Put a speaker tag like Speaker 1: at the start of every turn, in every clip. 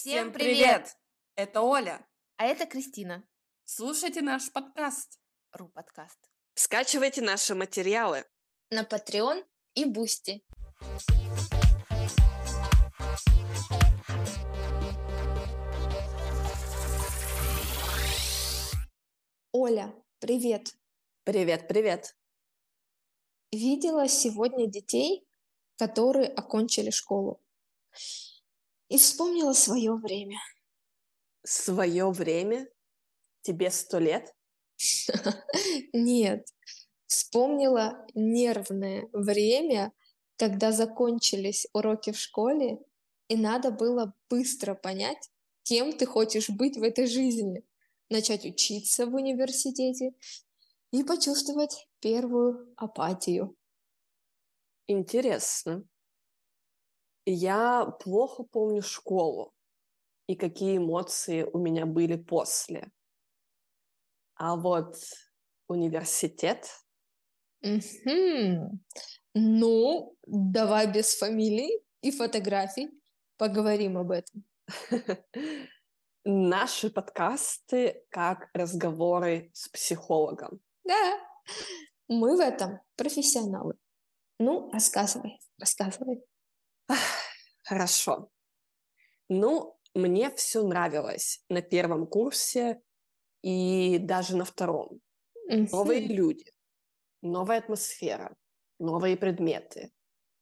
Speaker 1: Всем привет! Это Оля.
Speaker 2: А это Кристина.
Speaker 1: Слушайте наш подкаст.
Speaker 2: Подкаст.
Speaker 3: Скачивайте наши материалы
Speaker 2: На Patreon и Boosty. Оля, привет.
Speaker 3: Привет.
Speaker 2: Видела сегодня детей, которые окончили школу. И вспомнила свое время.
Speaker 3: Свое время? Тебе 100 лет?
Speaker 2: Нет, вспомнила нервное время, когда закончились уроки в школе, и надо было быстро понять, кем ты хочешь быть в этой жизни. Начать учиться в университете и почувствовать первую апатию.
Speaker 3: Интересно. Я плохо помню школу и какие эмоции у меня были после. А вот университет...
Speaker 2: Ну, давай без фамилий и фотографий поговорим об этом.
Speaker 3: Наши подкасты как разговоры с психологом.
Speaker 2: Да, мы в этом профессионалы. Ну, рассказывай.
Speaker 3: Хорошо. Мне все нравилось на первом курсе и даже на втором. Новые люди, новая атмосфера, новые предметы.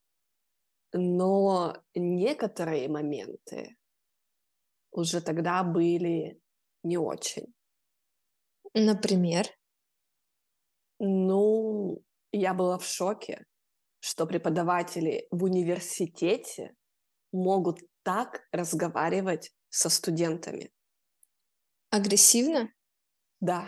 Speaker 3: Но некоторые моменты уже тогда были не очень.
Speaker 2: Например?
Speaker 3: Я была в шоке, что преподаватели в университете могут так разговаривать со студентами.
Speaker 2: Агрессивно?
Speaker 3: Да.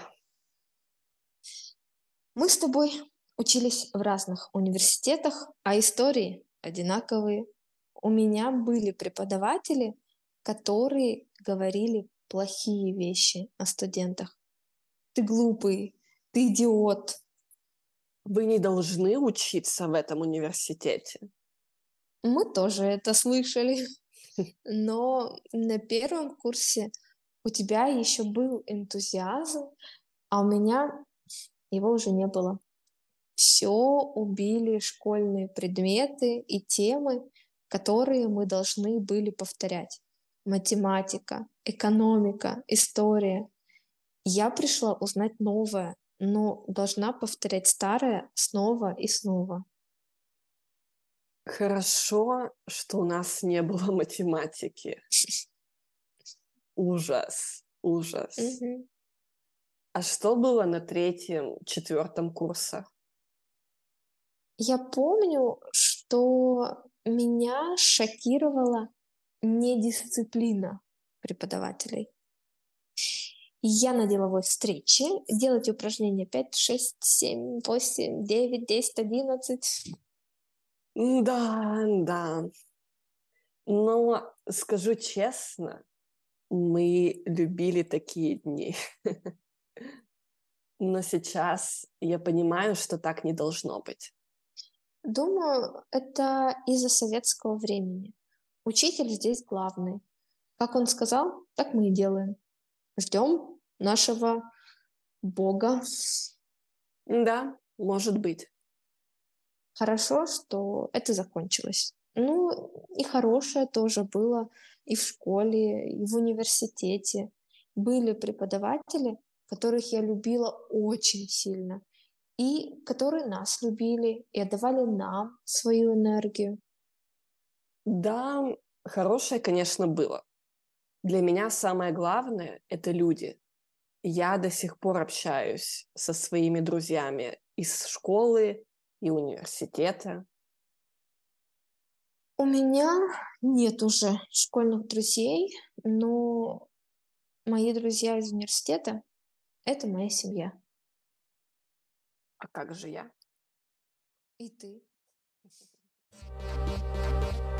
Speaker 2: Мы с тобой учились в разных университетах, а истории одинаковые. У меня были преподаватели, которые говорили плохие вещи о студентах. Ты глупый, ты идиот.
Speaker 3: Вы не должны учиться в этом университете.
Speaker 2: Мы тоже это слышали. Но на первом курсе у тебя еще был энтузиазм, а у меня его уже не было. Все убили школьные предметы и темы, которые мы должны были повторять. Математика, экономика, история. Я пришла узнать новое, но должна повторять старое снова и снова.
Speaker 3: Хорошо, что у нас не было математики. Ужас.
Speaker 2: Мгм.
Speaker 3: А что было на 3-м, 4-м курсах?
Speaker 2: Я помню, что меня шокировала недисциплина преподавателей. Я на деловой встрече делать упражнения 5, 6, 7, 8, 9, 10, 11.
Speaker 3: Да. Но скажу честно, мы любили такие дни. Но сейчас я понимаю, что так не должно быть.
Speaker 2: Думаю, это из-за советского времени. Учитель здесь главный. Как он сказал, так мы и делаем. Ждем нашего Бога.
Speaker 3: Да, может быть.
Speaker 2: Хорошо, что это закончилось. Ну, и хорошее тоже было и в школе, и в университете. Были преподаватели, которых я любила очень сильно, и которые нас любили и отдавали нам свою энергию.
Speaker 3: Да, хорошее, конечно, было. Для меня самое главное – это люди. Я до сих пор общаюсь со своими друзьями из школы и университета.
Speaker 2: У меня нет уже школьных друзей, но мои друзья из университета — это моя семья.
Speaker 3: А как же я?
Speaker 2: И ты.